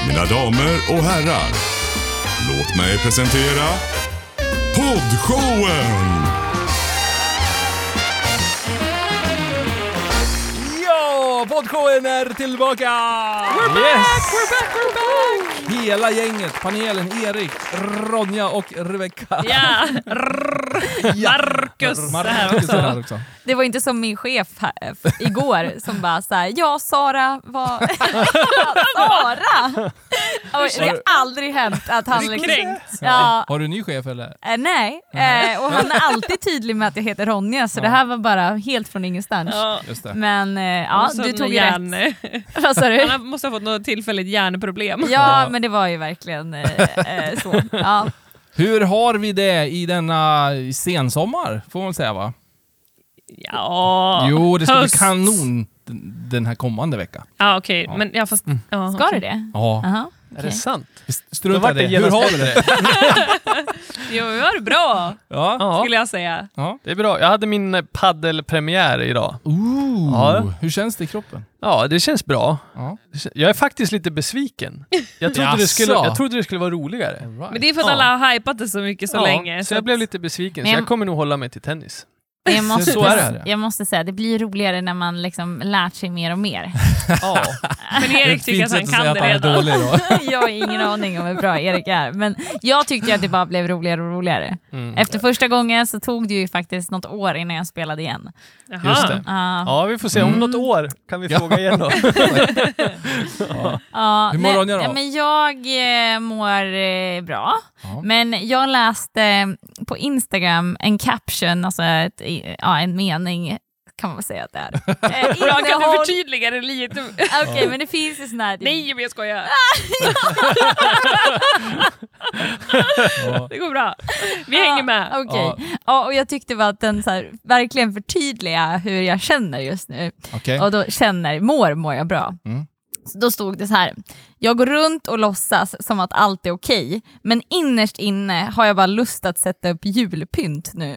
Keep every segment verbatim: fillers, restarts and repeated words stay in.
Mina damer och herrar, låt mig presentera Poddshowen! Ja, Poddshowen är tillbaka! We're back, yes. we're back, we're back! Hela gänget, panelen, Erik, Ronja och Rebecca. Ja, Marcus. Marcus är här också. Det var inte som min chef här, igår som bara såhär, ja Sara var... Sara! Och det har aldrig hänt att han liksom... Ja. Har du en ny chef eller? Äh, nej, äh, och han är alltid tydlig med att jag heter Ronja, så ja. Det här var bara helt från ingenstans. Ja. Just det. Men äh, ja, du tog hjärn... rätt. Vad sa du? Han måste ha fått något tillfälligt hjärnproblem. Ja, men det var ju verkligen äh, äh, så. Ja. Hur har vi det i denna sensommar, får man säga va? Ja. Jo, det ska höst. bli kanon den här kommande vecka. Ah, okej. Okay. Ja. Men jag fast mm. ja, ska okay. det det? Ja. Aha, okay. Är det sant? Strunta det. Hur har du det? Jo, vi har det bra. Ja. Skulle jag säga. Ja. Det är bra. Jag hade min paddelpremiär idag. Ooh. Ja. Hur känns det i kroppen? Ja, det känns bra. Ja. Jag är faktiskt lite besviken. Jag trodde, det skulle, jag trodde det skulle vara roligare. Right. Men det är för att alla har hypat det så mycket så ja, länge. Så, så jag att... blev lite besviken. Men... Så jag kommer nog hålla mig till tennis. Jag måste, så är det här. jag måste säga, det blir roligare när man liksom lärt sig mer och mer. Ja. Men Erik tycker att han kan att det han redan. Dålig då. Jag har ingen aning om hur bra Erik är. Men jag tyckte att det bara blev roligare och roligare. Mm. Efter första gången så tog det ju faktiskt något år innan jag spelade igen. Jaha. Just det. Uh, ja, vi får se. Om mm. något år kan vi fråga igen då. ja. Hur mår Ronja då? Men, men jag eh, mår eh, bra. Ja. Men jag läste eh, på Instagram en caption, alltså ett, ja, en mening kan man säga att det är. Eh, Bra, kan du förtydliga det lite? Okej, okay, men det finns ju sån här... Nej, men jag skojar. Det går bra. Vi ja, hänger med. Okej. Okay. Ja. Ja, och jag tyckte bara att den så här, verkligen förtydliga hur jag känner just nu. Okay. Och då känner, mår mår jag bra. Mm. Så då stod det så här: jag går runt och låtsas som att allt är okej, men innerst inne har jag bara lust att sätta upp julpynt nu.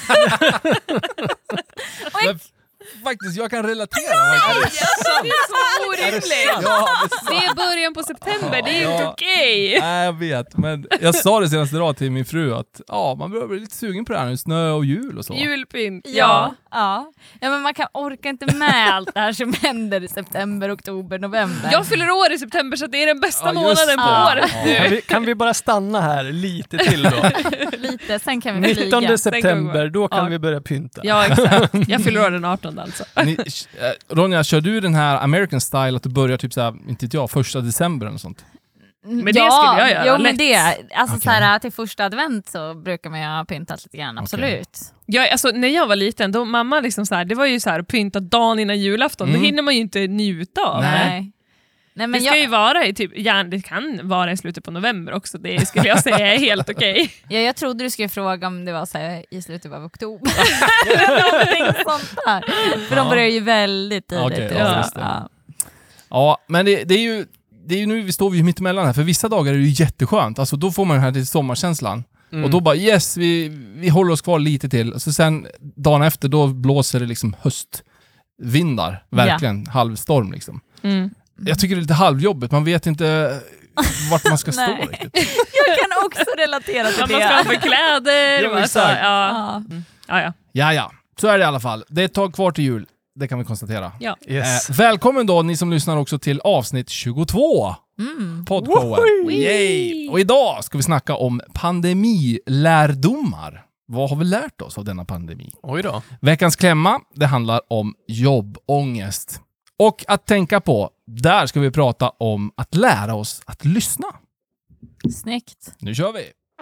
Och jag... Faktiskt, jag kan relatera. Ja, är det, det är så orimligt. Ja, det är början på september, det är ju inte okej. Nej, jag vet, men jag sa det senaste dag till min fru att ja, man börjar bli lite sugen på det här nu, snö och jul och så. Julpynt, ja. Ja. Ja. Ja, men man kan orka inte med allt det här som händer i september, oktober, november. Jag fyller år i september så det är den bästa ja, månaden på ja. året. Ja. Kan, vi, kan vi bara stanna här lite till då? Lite, sen kan vi flyga. nittonde september, då kan ja. vi börja pynta. Ja, exakt. Jag fyller år den artonde alltså. Ni, äh, Ronja, kör du den här American style att du börjar typ såhär, inte vet jag, första december eller sånt? Men det ja, skulle jag göra. Jo, lätt. men det, alltså okay. såhär, till första advent så brukar man ju ha pyntat lite grann, absolut. Okay. Ja, alltså, när jag var liten, då mamma liksom såhär, det var ju såhär pynta dagen innan julafton, mm. då hinner man ju inte njuta av. Nej. Nej, men det ska jag... ju vara i typ, ja, det kan vara i slutet på november också, det skulle jag säga är helt okej. Okay. Ja, jag trodde du skulle fråga om det var så här, i slutet av oktober. Någonting sånt där. För ja. De börjar ju väldigt tidigt. Okay, ja. Ja. ja, men det, det är ju det är ju nu vi står vi mitt emellan här, för vissa dagar är det ju jätteskönt. Alltså då får man den här till sommarkänslan. Mm. Och då bara yes, vi, vi håller oss kvar lite till. Så sen dagen efter då blåser det liksom höstvindar, verkligen ja. Halvstorm liksom. Mm. Jag tycker det är lite halvjobbigt. Man vet inte vart man ska stå riktigt. Jag kan också relatera till ja, det. Man ska ha för kläder. Ja, alltså, ja. Mm. Ja, ja. ja, ja. Så är det i alla fall. Det är ett tag kvar till jul. Det kan vi konstatera. Ja. Yes. Eh, välkommen då ni som lyssnar också till avsnitt tjugotvå. Mm. Poddshowen. Yay! Och idag ska vi snacka om pandemilärdomar. Vad har vi lärt oss av denna pandemi? Oj då. Veckans klämma, det handlar om jobbångest. Och att tänka på, där ska vi prata om att lära oss att lyssna. Snyggt. Nu kör vi!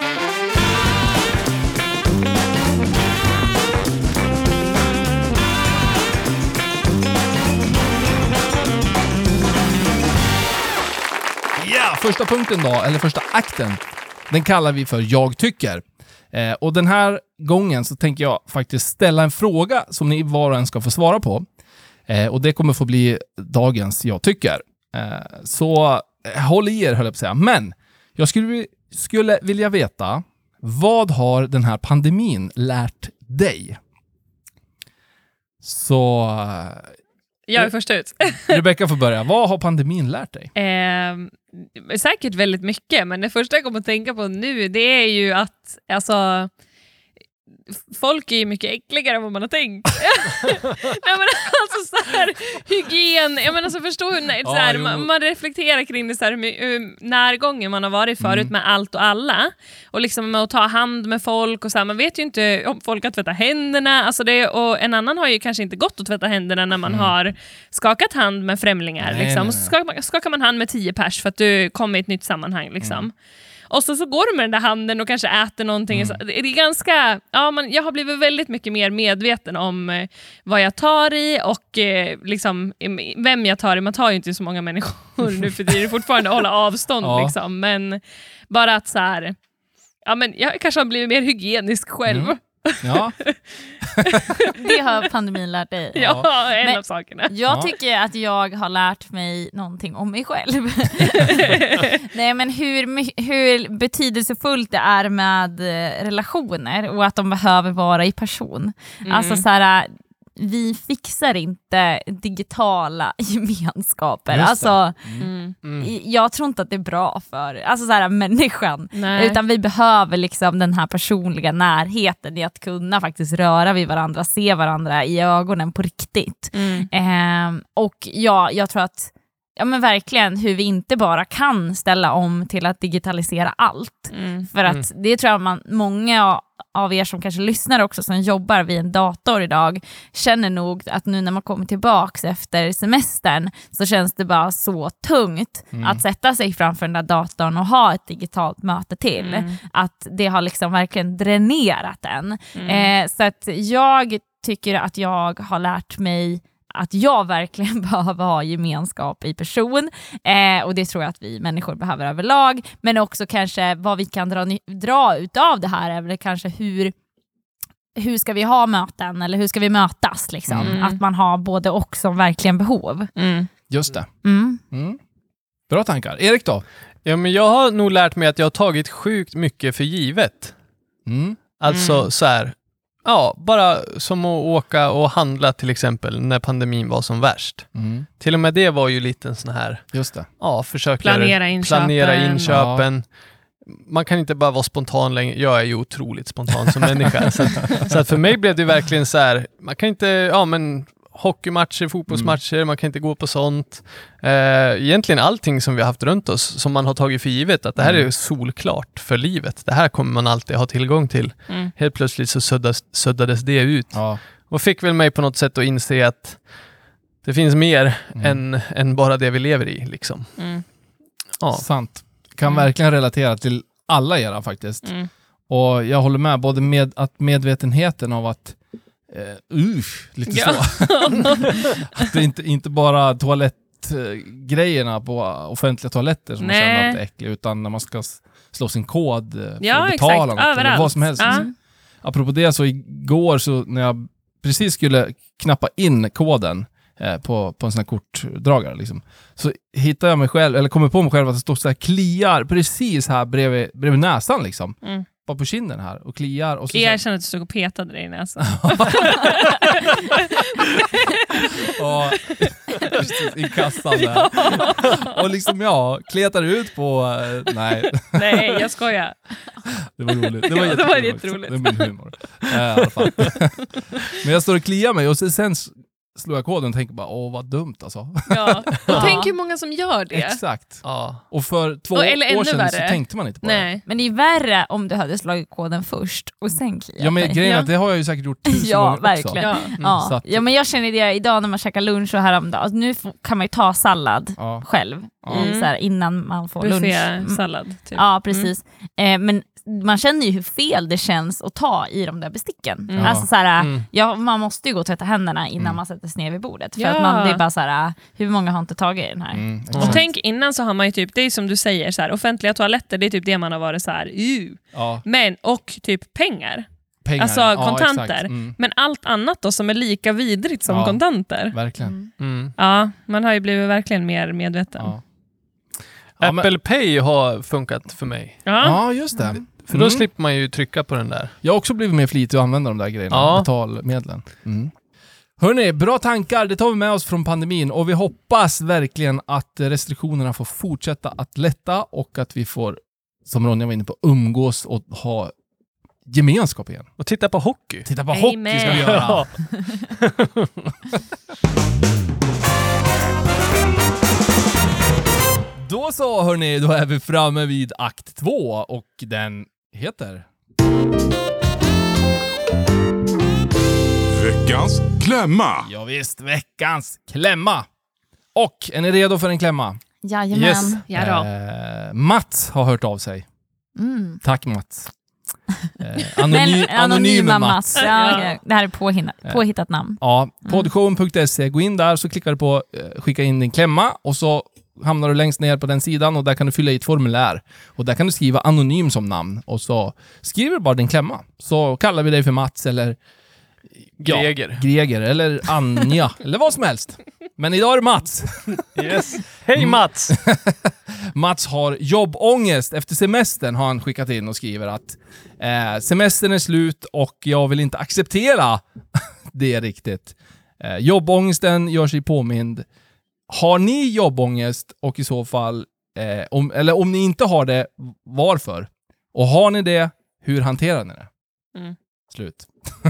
Ja, första punkten då, eller första akten, den kallar vi för Jag tycker. Eh, och den här gången så tänker jag faktiskt ställa en fråga som ni var och en ska få svara på. Eh, och det kommer få bli dagens Jag tycker. Eh, så eh, håll i er, höll jag på att säga. Men jag skulle, skulle vilja veta, vad har den här pandemin lärt dig? Så Jag är först ut. Rebecka får börja. Vad har pandemin lärt dig? Eh, säkert väldigt mycket, men det första jag kommer att tänka på nu, det är ju att alltså, folk är ju mycket äckligare än vad man har tänkt. Nej, men alltså så här, hygien, jag menar, så förstår hur, så här, ah, man, man reflekterar kring det så här, hur, hur närgången man har varit förut mm. med allt och alla, och liksom med att ta hand med folk och så här, man vet ju inte om folk har tvättat händerna, alltså det, och en annan har ju kanske inte gått att tvätta händerna när man mm. har skakat hand med främlingar, nej, liksom. nej, nej. Och så skakar, skakar man hand med tio pers för att du kommer i ett nytt sammanhang liksom. Mm. Och så, så går du med den där handen och kanske äter någonting. Mm. Det är ganska, ja, man, jag har blivit väldigt mycket mer medveten om eh, vad jag tar i och eh, liksom, vem jag tar i. Man tar ju inte så många människor nu för det är fortfarande att hålla avstånd. Ja. Liksom. Men bara att så här, ja, men jag kanske har blivit mer hygienisk själv. Mm. Ja. Det har pandemin lärt dig. Ja, en Men av sakerna. Jag ja. tycker att jag har lärt mig någonting om mig själv. Nej, men hur, hur betydelsefullt det är med relationer och att de behöver vara i person. Mm. Alltså så här, vi fixar inte digitala gemenskaper. Alltså, mm. Mm. Jag tror inte att det är bra för alltså så här, människan. Nej. Utan vi behöver liksom den här personliga närheten i att kunna faktiskt röra vid varandra, se varandra i ögonen på riktigt. Mm. Eh, och ja, jag tror att ja, men verkligen hur vi inte bara kan ställa om till att digitalisera allt. Mm. För att mm. det tror jag man, många av er som kanske lyssnar också som jobbar vid en dator idag känner nog att nu när man kommer tillbaks efter semestern så känns det bara så tungt mm. att sätta sig framför den där datorn och ha ett digitalt möte till. Mm. Att det har liksom verkligen dränerat en. Mm. Eh, så att jag tycker att jag har lärt mig att jag verkligen behöver ha gemenskap i person. Eh, och det tror jag att vi människor behöver överlag. Men också kanske vad vi kan dra, dra utav det här är väl kanske hur, hur ska vi ha möten eller hur ska vi mötas liksom. Mm. Att man har både och som verkligen behov. Mm. Just det. Mm. Mm. Bra tankar. Erik då? Ja, men jag har nog lärt mig att jag har tagit sjukt mycket för givet. Mm. Alltså Mm. så här. Ja, bara som att åka och handla till exempel när pandemin var som värst. Mm. Till och med det var ju lite en sån här, just det. Ja, försöka planera inköpen. Planera inköpen. Ja. Man kan inte bara vara spontan längre. Jag är ju otroligt spontan som människa. Så, att, så att för mig blev det verkligen så här, man kan inte, ja men hockeymatcher, fotbollsmatcher, mm. man kan inte gå på sånt. Eh, egentligen allting som vi har haft runt oss som man har tagit för givet, att det här mm. är solklart för livet. Det här kommer man alltid ha tillgång till. Mm. Helt plötsligt så suddas, suddades det ut. Ja. Och fick väl mig på något sätt att inse att det finns mer mm. än, än bara det vi lever i. Liksom. Mm. Ja. Sant. Kan mm. verkligen relatera till alla era faktiskt. Mm. Och jag håller med, både med att medvetenheten av att Uh, usch, lite ja. så. Att det inte, inte bara toalettgrejerna på offentliga toaletter som Nej. man känner att det är äckligt, utan när man ska slå sin kod för ja, att betala exakt. något Överallt. eller vad som helst. Ja. Apropå det, så igår så när jag precis skulle knappa in koden eh, på, på en sån här kortdragare liksom, så hittade jag mig själv, eller kommer på mig själv att det står så här kliar precis här bredvid, bredvid näsan liksom. Mm. Bara på kinden här och kliar. Och så jag känner att du stod och petade dig i näsan. och, i kassan där. Ja. Och liksom ja, kletar ut på... Nej. Nej, jag skojar. Det var roligt. Det var ja, jätteroligt. Det var jätteroligt. Det är min humor. Äh, i alla fall. Men jag står och kliar mig och sen slår jag koden och tänker bara, åh vad dumt alltså. Ja, och tänk hur många som gör det. Exakt. Ja. Och för två och, eller år sedan värre. så tänkte man inte på Nej. det. Men det är värre om du hade slagit koden först och sen kliat Ja, men grejen är att det har jag ju säkert gjort tusen ja, gånger verkligen. också. Ja, mm. ja. Att, ja, men jag känner det idag när man käkar lunch och häromdagen. Alltså, nu kan man ju ta sallad ja. själv ja. I, så här, innan man får lunch. Buffé-sallad. Typ. Ja, precis. Mm. Eh, men man känner ju hur fel det känns att ta i de där besticken. Mm. Alltså, så här, mm. ja, man måste ju gå och tvätta händerna innan mm. man sätter sig ner vid bordet. För ja. att man, det är bara så här, hur många har inte tagit i den här? Mm. Och tänk innan så har man ju typ, det är som du säger, så här, offentliga toaletter, det är typ det man har varit så här, ja. Men, och typ pengar. Pengar. Alltså ja, kontanter. Mm. Men allt annat då som är lika vidrigt som ja. kontanter. Verkligen. Mm. Ja, man har ju blivit verkligen mer medveten. Ja. Apple ja, men... Pay har funkat för mig. Ja, ja just det. För då mm. slipper man ju trycka på den där. Jag har också blivit mer flitig att använda de där grejerna, ja. betalmedlen. Mm. Hörrni, bra tankar. Det tar vi med oss från pandemin och vi hoppas verkligen att restriktionerna får fortsätta att lätta och att vi får, som Ronja var inne på, umgås och ha gemenskap igen. Och titta på hockey. Titta på Amen. hockey ska vi göra. Då så hörni, då är vi framme vid akt två och den heter... Veckans klämma. Ja visst, veckans klämma. Och är ni redo för en klämma? Jajamän. Yes. Ja då. Eh, Mats har hört av sig. Mm. Tack Mats. Eh, anonym, Men, anonym Mats. Mats. Ja, okej. Det här är påhinna, påhittat namn. Ja, poddshowen punkt se. Gå in där så klickar du på eh, skicka in din klämma och så hamnar du längst ner på den sidan och där kan du fylla i ett formulär. Och där kan du skriva anonym som namn och så skriver du bara din klämma. Så kallar vi dig för Mats eller ja, Greger. Greger eller Anja eller vad som helst. Men idag är det Mats. Yes. Hej Mats! Mats har jobbångest. Efter semestern har han skickat in och skriver att eh, semestern är slut och jag vill inte acceptera det riktigt. Eh, jobbångesten gör sig påmind. Har ni jobbångest och i så fall, eh, om, eller om ni inte har det, varför? Och har ni det, hur hanterar ni det? Mm. Slut.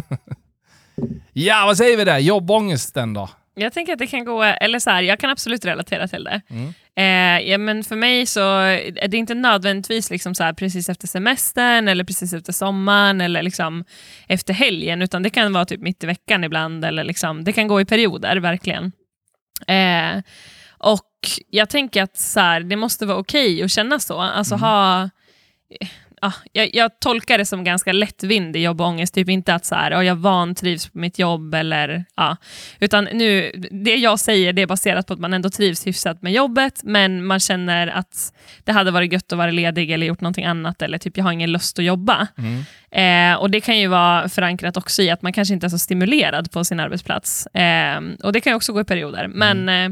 Ja, vad säger vi där? Jobbångesten då? Jag tänker att det kan gå, eller så här, jag kan absolut relatera till det. Mm. Eh, ja, men för mig så är det inte nödvändigtvis liksom så här precis efter semestern eller precis efter sommaren eller liksom efter helgen, utan det kan vara typ mitt i veckan ibland eller liksom, det kan gå i perioder verkligen. Eh, och jag tänker att så här, det måste vara okej att känna så. Alltså Mm. ha... Ja, jag, jag tolkar det som ganska lättvindig jobbångest, typ inte att så här, ja, jag vantrivs på mitt jobb eller ja, utan nu, det jag säger det är baserat på att man ändå trivs hyfsat med jobbet, men man känner att det hade varit gött att vara ledig eller gjort någonting annat eller typ jag har ingen lust att jobba. Mm. Eh, och det kan ju vara förankrat också i att man kanske inte är så stimulerad på sin arbetsplats. Eh, och det kan ju också gå i perioder, men eh,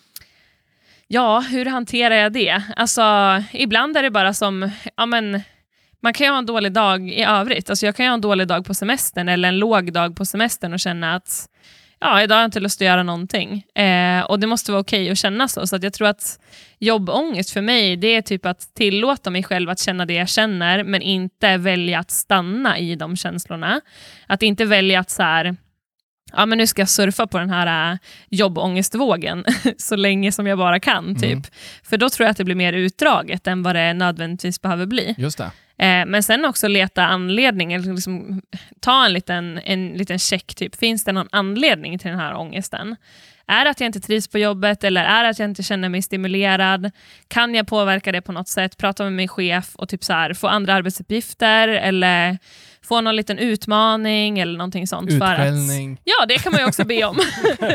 ja, hur hanterar jag det? Alltså, ibland är det bara som, ja men man kan ju ha en dålig dag i övrigt. Alltså jag kan ju ha en dålig dag på semestern eller en låg dag på semestern och känna att ja, idag har jag inte lust att göra någonting. Eh, och det måste vara okej att känna så. Så att jag tror att jobbångest för mig, det är typ att tillåta mig själv att känna det jag känner, men inte välja att stanna i de känslorna. Att inte välja att så här, ja men nu ska jag surfa på den här äh, jobbångestvågen så länge som jag bara kan typ. Mm. För då tror jag att det blir mer utdraget än vad det nödvändigtvis behöver bli. Just det. Eh, men sen också leta anledning, liksom, ta en liten, en liten check typ. Finns det någon anledning till den här ångesten? Är det att jag inte trivs på jobbet eller är det att jag inte känner mig stimulerad? Kan jag påverka det på något sätt? Prata med min chef och typ så här, få andra arbetsuppgifter eller få någon liten utmaning eller någonting sånt. Utskällning. För att, ja, det kan man ju också be om.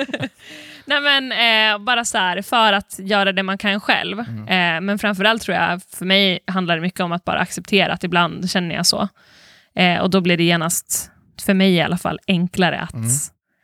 Nej men eh, bara så här, för att göra det man kan själv. Mm. Eh, men framförallt tror jag, för mig handlar det mycket om att bara acceptera att ibland känner jag så. Eh, och då blir det genast, för mig i alla fall, enklare att mm.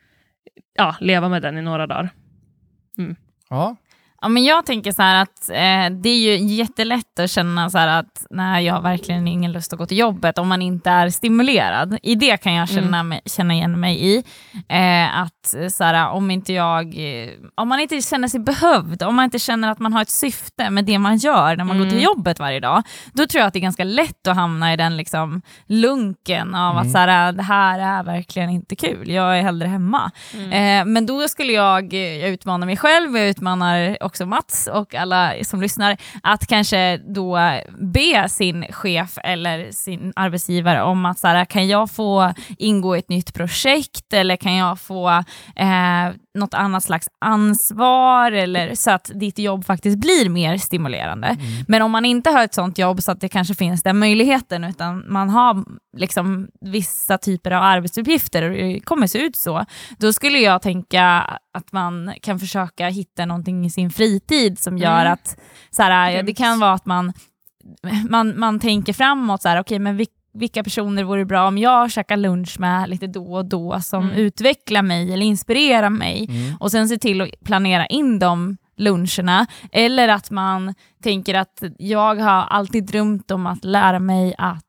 ja, leva med den i några dagar. Mm. Ja. Ja, men jag tänker så här att eh, det är ju jättelätt att känna så här att nej, jag har verkligen ingen lust att gå till jobbet om man inte är stimulerad. I det kan jag känna, mig, känna igen mig i. Eh, att så här, om inte jag om man inte känner sig behövd, om man inte känner att man har ett syfte med det man gör när man mm. går till jobbet varje dag, då tror jag att det är ganska lätt att hamna i den liksom lunken av mm. att så här, det här är verkligen inte kul. Jag är hellre hemma. Mm. Eh, men då skulle jag, jag utmana mig själv, jag utmanar också Mats och alla som lyssnar, att kanske då be sin chef eller sin arbetsgivare om att så här, kan jag få ingå i ett nytt projekt eller kan jag få eh, något annat slags ansvar eller så att ditt jobb faktiskt blir mer stimulerande. Mm. Men om man inte har ett sånt jobb så att det kanske finns den möjligheten, utan man har liksom vissa typer av arbetsuppgifter och det kommer se ut så, då skulle jag tänka att man kan försöka hitta någonting i sin fritid som gör mm. att så här, ja, det kan vara att man man, man tänker framåt så här, okej, men vilka vilka personer vore bra om jag käkar lunch med lite då och då som mm. utvecklar mig eller inspirerar mig mm. och sen se till att planera in de luncherna, eller att man tänker att jag har alltid drömt om att lära mig att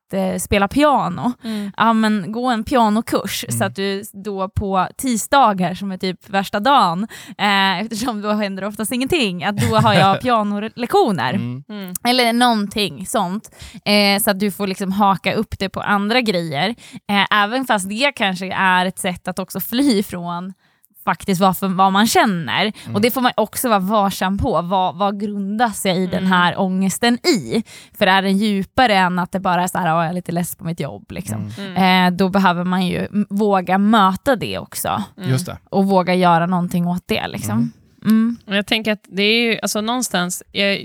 att eh, spela piano. Mm. Ja, men gå en pianokurs Mm. så att du då på tisdagar som är typ värsta dagen, eh, eftersom då händer oftast ingenting, att då har jag pianolektioner. Mm. Mm. Eller någonting sånt. Eh, så att du får liksom haka upp det på andra grejer. Eh, även fast det kanske är ett sätt att också fly från faktiskt vad, för, vad man känner. Mm. Och det får man också vara varsam på. Vad, vad grundas jag i Mm. den här ångesten i? För är den djupare än att det bara är så här, jag är lite less på mitt jobb. Liksom. Mm. Mm. Eh, då behöver man ju m- våga möta det också. Mm. Just det. Och våga göra någonting åt det. Liksom. Mm. Och jag tänker att det är ju, alltså någonstans, jag,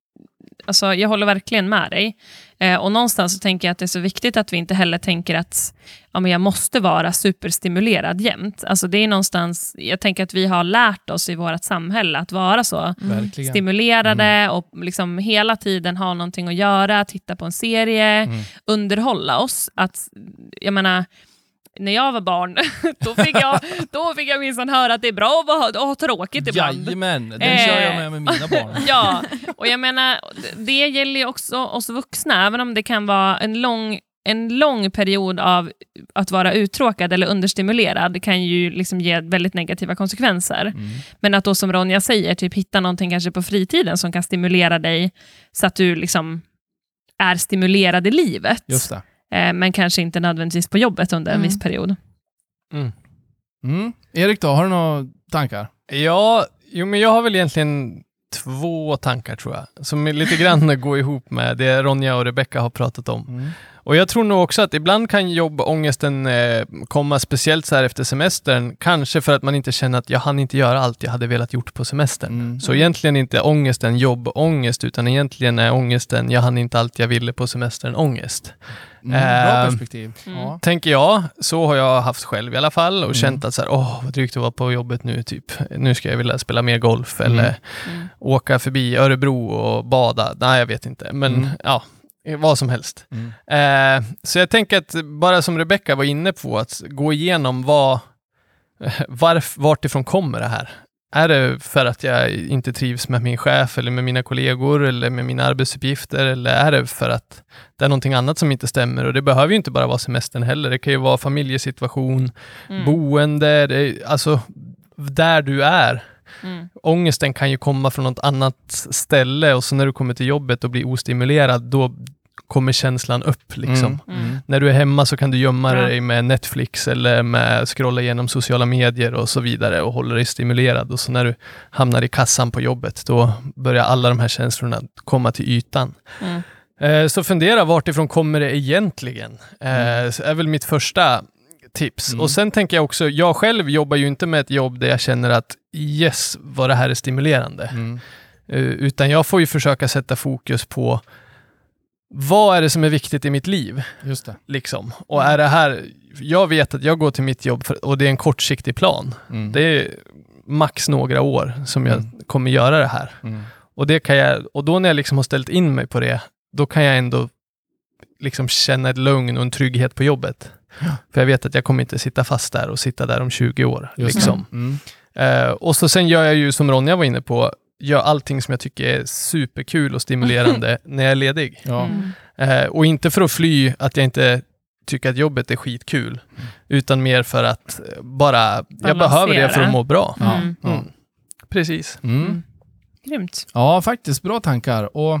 alltså jag håller verkligen med dig. Eh, och någonstans så tänker jag att det är så viktigt att vi inte heller tänker att ja, men jag måste vara superstimulerad jämt. Alltså det är någonstans, jag tänker att vi har lärt oss i vårt samhälle att vara så Verkligen. stimulerade och liksom hela tiden ha någonting att göra, titta på en serie, Mm. underhålla oss. Att, jag menar, när jag var barn, då fick jag, då fick jag minsann höra att det är bra att ha, att ha tråkigt ibland. Jajamän, den Eh. kör jag med med mina barn. Ja, och jag menar, det gäller ju också oss vuxna, även om det kan vara en lång, en lång period av att vara uttråkad eller understimulerad. Det kan ju liksom ge väldigt negativa konsekvenser. Mm. Men att då, som Ronja säger, typ hitta någonting kanske på fritiden som kan stimulera dig så att du liksom är stimulerad i livet. Just det. Eh, men kanske inte nödvändigtvis på jobbet under en Mm. viss period. Mm. Mm. Erik då, har du några tankar? Ja, jo, men jag har väl egentligen två tankar tror jag, som är lite grann går ihop med det Ronja och Rebecca har pratat om. Mm. Och jag tror nog också att ibland kan jobbångesten eh, komma speciellt så här efter semestern, kanske för att man inte känner att jag hann inte göra allt jag hade velat gjort på semestern. Mm. Så egentligen inte ångesten jobbångest, utan egentligen är ångesten jag hann inte allt jag ville på semestern ångest. Mm. Bra Eh, perspektiv. mm. Ja. Tänker jag, så har jag haft själv i alla fall och Mm. känt att så här, åh vad drygt att vara på jobbet nu typ. Nu ska jag vilja spela mer golf eller Mm. åka förbi Örebro och bada. Nej, jag vet inte. Men Mm. ja, vad som helst. Mm. Eh, så jag tänker att bara som Rebecca var inne på, att gå igenom vad, varf, vart ifrån kommer det här. Är det för att jag inte trivs med min chef eller med mina kollegor eller med mina arbetsuppgifter, eller är det för att det är någonting annat som inte stämmer? Och det behöver ju inte bara vara semestern heller. Det kan ju vara familjesituation, Mm. boende, det, alltså där du är. Mm. Ångesten kan ju komma från något annat ställe, och så när du kommer till jobbet och blir ostimulerad, då kommer känslan upp liksom. Mm. Mm. När du är hemma så kan du gömma Ja. dig med Netflix eller med scrolla igenom sociala medier och så vidare och hålla dig stimulerad, och så när du hamnar i kassan på jobbet, då börjar alla de här känslorna komma till ytan. Mm. Eh, så fundera, vart ifrån kommer det egentligen? Eh, så är väl mitt första tips. Mm. Och sen tänker jag också, jag själv jobbar ju inte med ett jobb där jag känner att yes, vad det här är stimulerande. Mm. Eh, utan jag får ju försöka sätta fokus på vad är det som är viktigt i mitt liv? Just det. Liksom. Och är det här, jag vet att jag går till mitt jobb för, och det är en kortsiktig plan. Mm. Det är max några år som jag Mm. kommer göra det här. Mm. Och, det kan jag, och då när jag liksom har ställt in mig på det, då kan jag ändå liksom känna ett lugn och en trygghet på jobbet. För jag vet att jag kommer inte sitta fast där och sitta där om tjugo år. Just Liksom. det. Mm. Eh, och så sen gör jag ju, som Ronja var inne på, gör allting som jag tycker är superkul och stimulerande när jag är ledig. Ja. Mm. Eh, och inte för att fly att jag inte tycker att jobbet är skitkul, utan mer för att eh, bara, jag Balansera. behöver det för att må bra. Ja. Mm. Ja. Mm. Precis. Mm. Grymt. Ja, faktiskt bra tankar. Och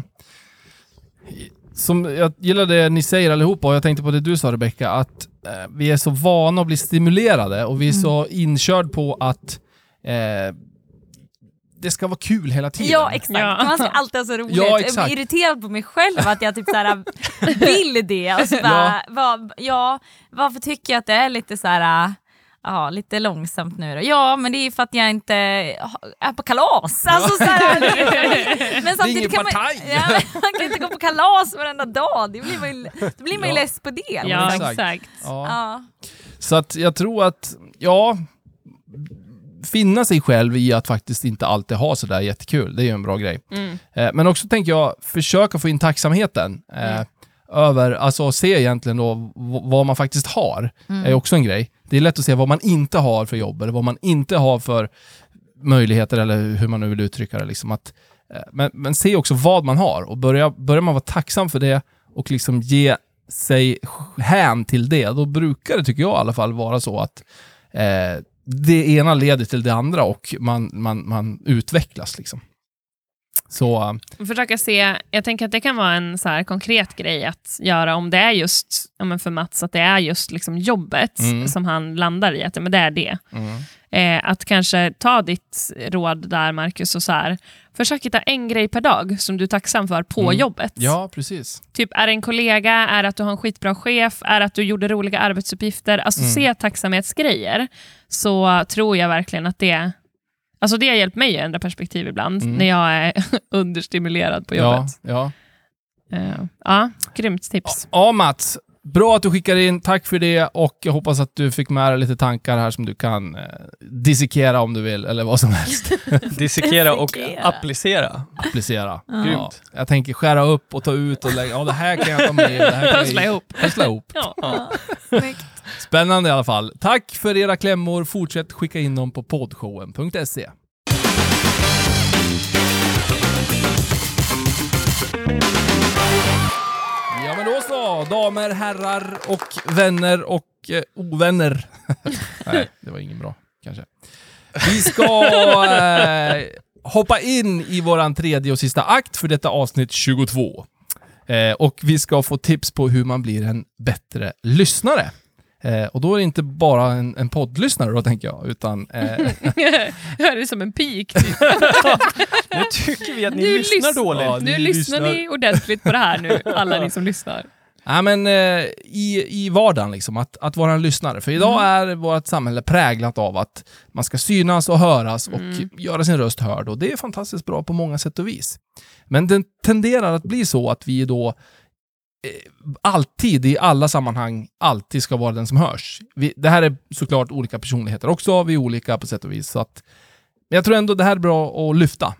som jag gillar det ni säger allihopa, och jag tänkte på det du sa Rebecca, att eh, vi är så vana att bli stimulerade och vi är Mm. så inkörd på att eh, det ska vara kul hela tiden. Ja, exakt. Ja. Man ska alltid ha så roligt. Ja, Jag exakt. blir irriterad på mig själv att jag typ såhär vill det. Och så bara, vad, ja, varför tycker jag att det är lite såhär, ja, lite långsamt nu då? Ja, men det är för att jag inte är på kalas. Alltså, såhär, men samtidigt ingen kan man, partaj. ja, men man kan inte gå på kalas varenda dag. Det blir man ju, då blir man ju Ja. less på det. Ja, exakt. exakt. Ja. Ja. Så att jag tror att, ja, finna sig själv i att faktiskt inte alltid ha sådär jättekul. Det är ju en bra grej. Mm. Eh, men också tänker jag försöka få in tacksamheten eh, Mm. över, alltså se egentligen då v- vad man faktiskt har. Mm. Är också en grej. Det är lätt att se vad man inte har för jobb eller vad man inte har för möjligheter eller hur man nu vill uttrycka det. Liksom att, eh, men, men se också vad man har och börja, börjar man vara tacksam för det och liksom ge sig hän till det, då brukar det, tycker jag i alla fall, vara så att eh, det ena leder till det andra och man, man, man utvecklas liksom. Så försöka se, jag tänker att det kan vara en så här konkret grej att göra om det är just, ja men för Mats, att det är just liksom jobbet mm. som han landar i, att men det är det. mm. Eh, att kanske ta ditt råd där, Marcus, och så här, försök hitta en grej per dag som du är tacksam för på Mm. jobbet. Ja, precis. Typ, är det en kollega, är det att du har en skitbra chef, är det att du gjorde roliga arbetsuppgifter, alltså Mm. se tacksamhetsgrejer, så tror jag verkligen att det alltså det har hjälpt mig att ändra perspektiv ibland Mm. när jag är understimulerad på Ja, jobbet. ja. Uh, ja, grymt tips. Ja, Mats. Bra att du skickar in. Tack för det. Och jag hoppas att du fick med dig lite tankar här som du kan eh, dissekera om du vill. Eller vad som helst. Dissekera och Dissekera. applicera. Applicera. Ja. Ja. Jag tänker skära upp och ta ut och lägga. Ja, det här kan jag ta med. Det här kan Pussla jag ihop. Pussla ihop. Ja. Ja, snyggt. Spännande i alla fall. Tack för era klämmor. Fortsätt skicka in dem på poddshowen punkt se. Ja, men då så, damer, herrar och vänner och eh, ovänner. Nej, det var ingen bra, kanske. Vi ska eh, hoppa in i våran tredje och sista akt för detta avsnitt tjugotvå. Eh, och vi ska få tips på hur man blir en bättre lyssnare. Eh, och då är det inte bara en, en poddlyssnare då, tänker jag, utan... Eh, Det är som en pik. Typ. Nu tycker vi att ni Nu lyssnar lys- dåligt. Ja, Nu ni lyssnar lyssnar. ni ordentligt på det här nu, alla ni som lyssnar. Ja, men eh, i, i vardagen liksom, att, att vara en lyssnare. För idag är vårt samhälle präglat av att man ska synas och höras och Mm. göra sin röst hörd. Och det är fantastiskt bra på många sätt och vis. Men det tenderar att bli så att vi då eh, alltid, i alla sammanhang, alltid ska vara den som hörs. Vi, det här är såklart olika personligheter också. Vi är olika på sätt och vis. Så att, men jag tror ändå det här är bra att lyfta.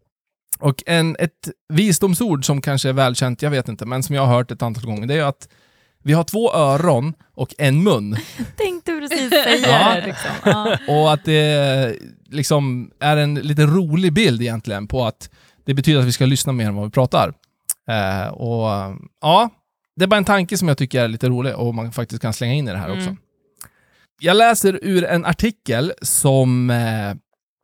Och en, ett visdomsord som kanske är välkänt, jag vet inte, men som jag har hört ett antal gånger, det är att vi har två öron och en mun. Tänkte precis säga Ja. det. Liksom. Ja. Och att det liksom är en lite rolig bild egentligen på att det betyder att vi ska lyssna mer än vad vi pratar. Eh, och ja, det är bara en tanke som jag tycker är lite rolig och man faktiskt kan slänga in i det här Mm. också. Jag läser ur en artikel som eh,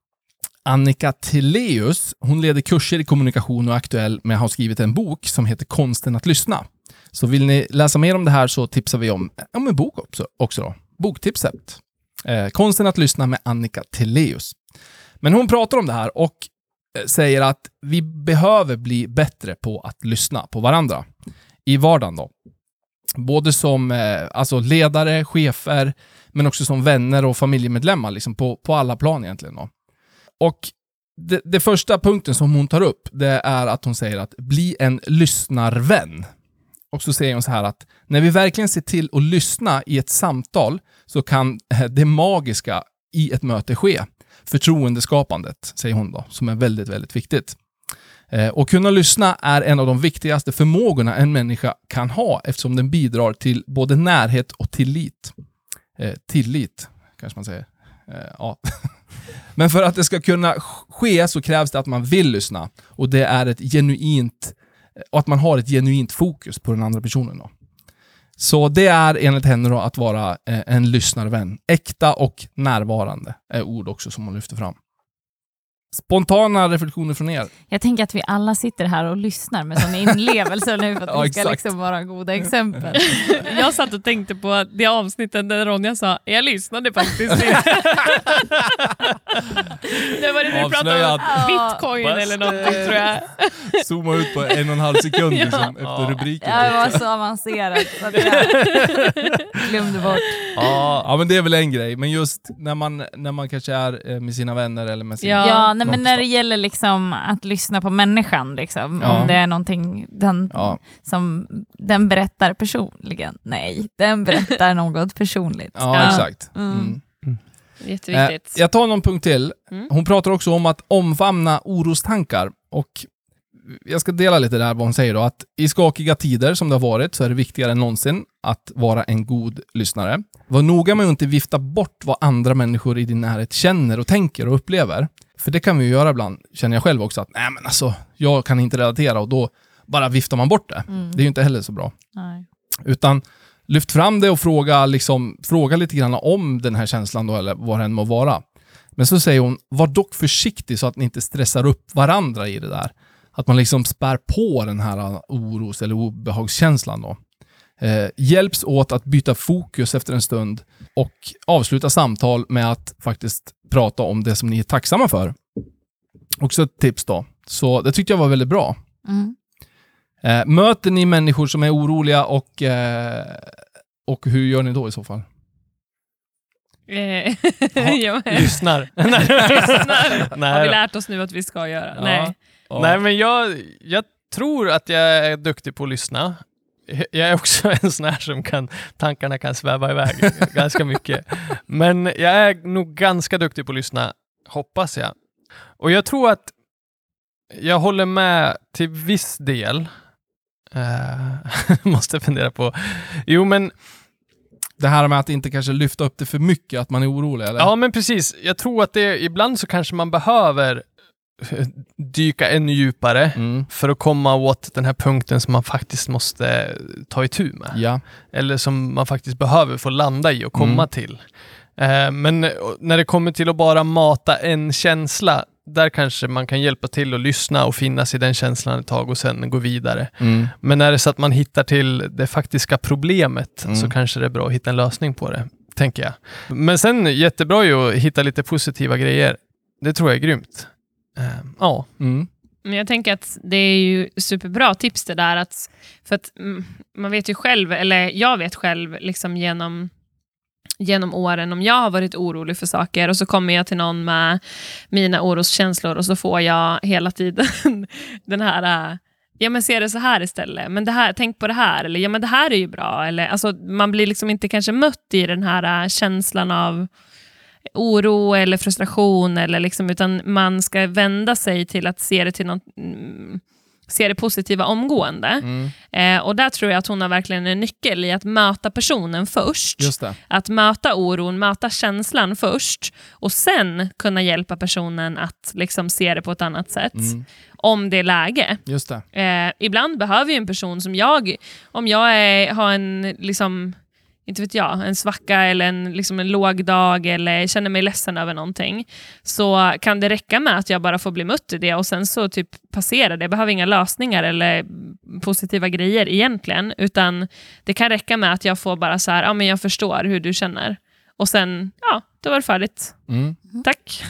Annika Tilléus, hon leder kurser i kommunikation och är aktuell med att ha skrivit en bok som heter Konsten att lyssna. Så vill ni läsa mer om det här så tipsar vi om, om en bok också, också då. Boktipset. Eh, Konsten att lyssna med Annika Tilléus. Men hon pratar om det här och eh, säger att vi behöver bli bättre på att lyssna på varandra i vardagen då. Både som eh, alltså ledare, chefer, men också som vänner och familjemedlemmar liksom på, på alla plan egentligen då. Och det, det första punkten som hon tar upp, det är att hon säger att bli en lyssnarvän. Och så säger hon så här att när vi verkligen ser till att lyssna i ett samtal så kan det magiska i ett möte ske. Förtroendeskapandet, säger hon då, som är väldigt, väldigt viktigt. Eh, och kunna lyssna är en av de viktigaste förmågorna en människa kan ha eftersom den bidrar till både närhet och tillit. Eh, tillit, kanske man säger. Eh, ja. Men för att det ska kunna ske så krävs det att man vill lyssna. Och det är ett genuint, och att man har ett genuint fokus på den andra personen då. Så det är enligt henne då att vara eh, en lyssnarvän. Äkta och närvarande är ord också som hon lyfter fram. Spontana reflektioner från er. Jag tänker att vi alla sitter här och lyssnar med sån inlevelse nu för att Ja, vi ska exakt. liksom vara goda exempel. Jag satt och tänkte på det avsnittet där Ronja sa, jag lyssnade faktiskt inte. Det var det du pratade om Avslöjad. bitcoin Ja, eller någonting tror jag. Zooma ut på en och en halv sekund Ja. liksom, efter Ja. rubriken. Jag var så avancerad så att jag glömde bort. Ja, Ja, men det är väl en grej. Men just när man, när man kanske är eh, med sina vänner eller med sin... Ja. Ja, nej, men någonstans. när det gäller liksom att lyssna på människan, liksom, Ja. om det är någonting den, Ja. som den berättar personligen. Nej, den berättar något personligt. Ja, exakt. Mm. Mm. Eh, Jätteviktigt. jag tar någon punkt till. Mm. Hon pratar också om att omfamna orostankar. Och jag ska dela lite där vad hon säger då. Att i skakiga tider som det har varit så är det viktigare än någonsin att vara en god lyssnare. Var noga med att inte vifta bort vad andra människor i din närhet känner och tänker och upplever. För det kan vi ju göra ibland, känner jag själv också. Att nej men alltså, jag kan inte relatera och då bara viftar man bort det. Mm. Det är ju inte heller så bra. Nej. Utan lyft fram det och fråga, liksom, fråga lite grann om den här känslan då, eller vad den må vara. Men så säger hon, var dock försiktig så att ni inte stressar upp varandra i det där. Att man liksom spär på den här oros- eller obehagskänslan då. Eh, hjälps åt att byta fokus efter en stund och avsluta samtal med att faktiskt prata om det som ni är tacksamma för. Också ett tips då. Så det tyckte jag var väldigt bra. Mm. Eh, möter ni människor som är oroliga och, eh, och hur gör ni då i så fall? Eh, ja, men- Lyssnar. Lyssnar. Nej Har vi då. lärt oss nu att vi ska göra? Ja. Nej. Ja. Nej, men jag, jag tror att jag är duktig på att lyssna. Jag är också en sån här som kan, tankarna kan sväva iväg ganska mycket. Men jag är nog ganska duktig på att lyssna, hoppas jag. Och jag tror att jag håller med till viss del. Uh, måste fundera på. Jo, men Det här med att inte kanske lyfta upp det för mycket, att man är orolig, eller? ja, men precis. Jag tror att det ibland så kanske man behöver dyka ännu djupare Mm. för att komma åt den här punkten som man faktiskt måste ta itu med. Ja. Eller som man faktiskt behöver få landa i och komma Mm. till. Eh, men när det kommer till att bara mata en känsla, där kanske man kan hjälpa till att lyssna och finnas i den känslan ett tag och sen gå vidare. Mm. Men när det är så att man hittar till det faktiska problemet Mm. så kanske det är bra att hitta en lösning på det, tänker jag. Men sen jättebra ju att hitta lite positiva grejer. Det tror jag är grymt. Eh, ja. Mm. Men jag tänker att det är ju superbra tips det där. Att, för att mm, man vet ju själv, eller jag vet själv liksom genom, genom åren, om jag har varit orolig för saker och så kommer jag till någon med mina oroskänslor och så får jag hela tiden den här, äh, ja men se det så här istället, men det här, tänk på det här, eller ja men det här är ju bra, eller alltså man blir liksom inte kanske mött i den här äh, känslan av oro eller frustration eller liksom, utan man ska vända sig till att se det till något, mm, se det positiva omgående. Mm. Eh, och där tror jag att hon har verkligen en nyckel i att möta personen först. Just det. Att möta oron, möta känslan först och sen kunna hjälpa personen att liksom se det på ett annat sätt. Mm. Om det är läge. Just det. Eh, ibland behöver ju en person som jag, om jag är, har en liksom, inte vet jag, en svacka eller en, liksom en låg dag eller känner mig ledsen över någonting, så kan det räcka med att jag bara får bli mött i det och sen så typ passera det. Jag behöver inga lösningar eller positiva grejer egentligen, utan det kan räcka med att jag får bara så här, ja men jag förstår hur du känner. Och sen, ja, då var det färdigt. Mm. Tack.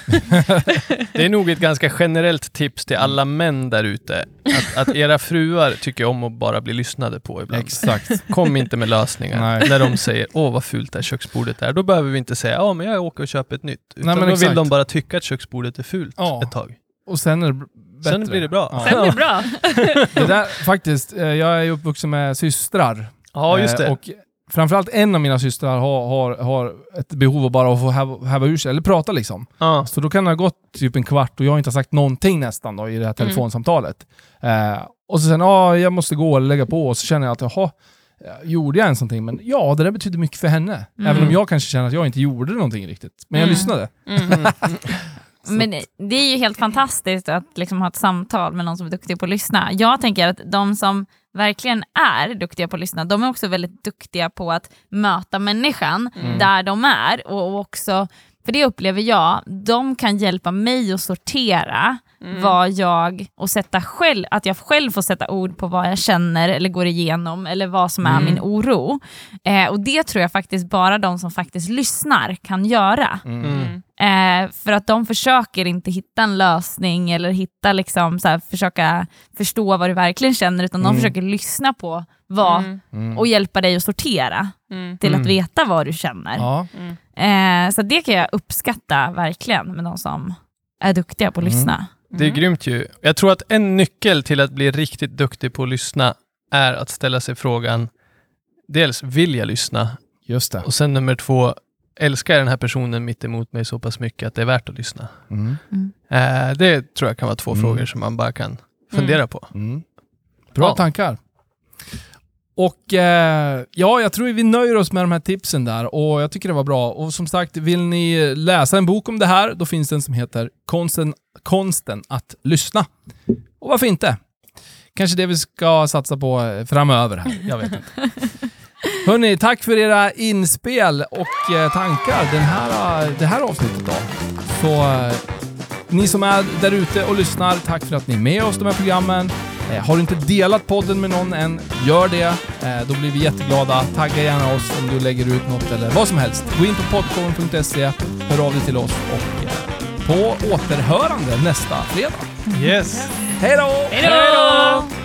Det är nog ett ganska generellt tips till alla män där ute. Att, att era fruar tycker om att bara bli lyssnade på ibland. Exakt. Kom inte med lösningar. Nej. När de säger, åh vad fult det här köksbordet är. Då behöver vi inte säga, ja men jag åker och köper ett nytt. Utan Nej, men då exakt. vill de bara tycka att köksbordet är fult Ja. ett tag. Och sen är det b- bättre. Sen blir det bra. Ja. Sen blir det bra. Det där, faktiskt, eh, jag är uppvuxen med systrar. Ja, just det. Eh, Och framförallt en av mina systrar har, har, har ett behov av bara att få häva, häva ur sig, eller prata liksom. Ja. Så då kan det ha gått typ en kvart och jag har inte sagt någonting nästan då, i det här telefonsamtalet. Eh, och så sen, ja, jag måste gå eller lägga på, och så känner jag att, jaha, gjorde jag ens någonting? Men ja, det där betyder mycket för henne. Mm. Även om jag kanske känner att jag inte gjorde någonting riktigt. Men jag Mm. lyssnade. Mm. Men det är ju helt fantastiskt att liksom ha ett samtal med någon som är duktig på att lyssna. Jag tänker att de som verkligen är duktiga på att lyssna, de är också väldigt duktiga på att möta människan Mm. där de är. Och också, för det upplever jag, de kan hjälpa mig att sortera Mm. vad jag, och sätta själv, att jag själv får sätta ord på vad jag känner eller går igenom eller vad som är Mm. min oro. Eh, och det tror jag faktiskt bara de som faktiskt lyssnar kan göra. Mm. Mm. Eh, för att de försöker inte hitta en lösning eller hitta liksom, så här, försöka förstå vad du verkligen känner, utan de Mm. försöker lyssna på vad Mm. Mm. och hjälpa dig att sortera Mm. till Mm. att veta vad du känner. Ja. Mm. Eh, så det kan jag uppskatta verkligen med de som är duktiga på att Mm. lyssna. Det är grymt ju. Jag tror att en nyckel till att bli riktigt duktig på att lyssna är att ställa sig frågan, dels vill jag lyssna? Just det. Och sen nummer två, älskar jag den här personen mitt emot mig så pass mycket att det är värt att lyssna? Mm. Eh, det tror jag kan vara två Mm. frågor som man bara kan fundera på. Mm. Bra Ja. tankar. Och eh, ja, jag tror vi nöjer oss med de här tipsen där, och jag tycker det var bra. Och som sagt, vill ni läsa en bok om det här, då finns den som heter Konsten, konsten att lyssna. Och varför inte? Kanske det vi ska satsa på framöver här, jag vet inte. Hörrni, tack för era inspel och eh, tankar den här, det här avsnittet då. Så eh, ni som är där ute och lyssnar, tack för att ni är med oss de här programmen. Eh, har du inte delat podden med någon än, gör det. Eh, då blir vi jätteglada. Tagga gärna oss om du lägger ut något eller vad som helst. Gå in på podcoven punkt se, hör av dig till oss och eh, på återhörande nästa fredag. Yes. Hej då! Hej då!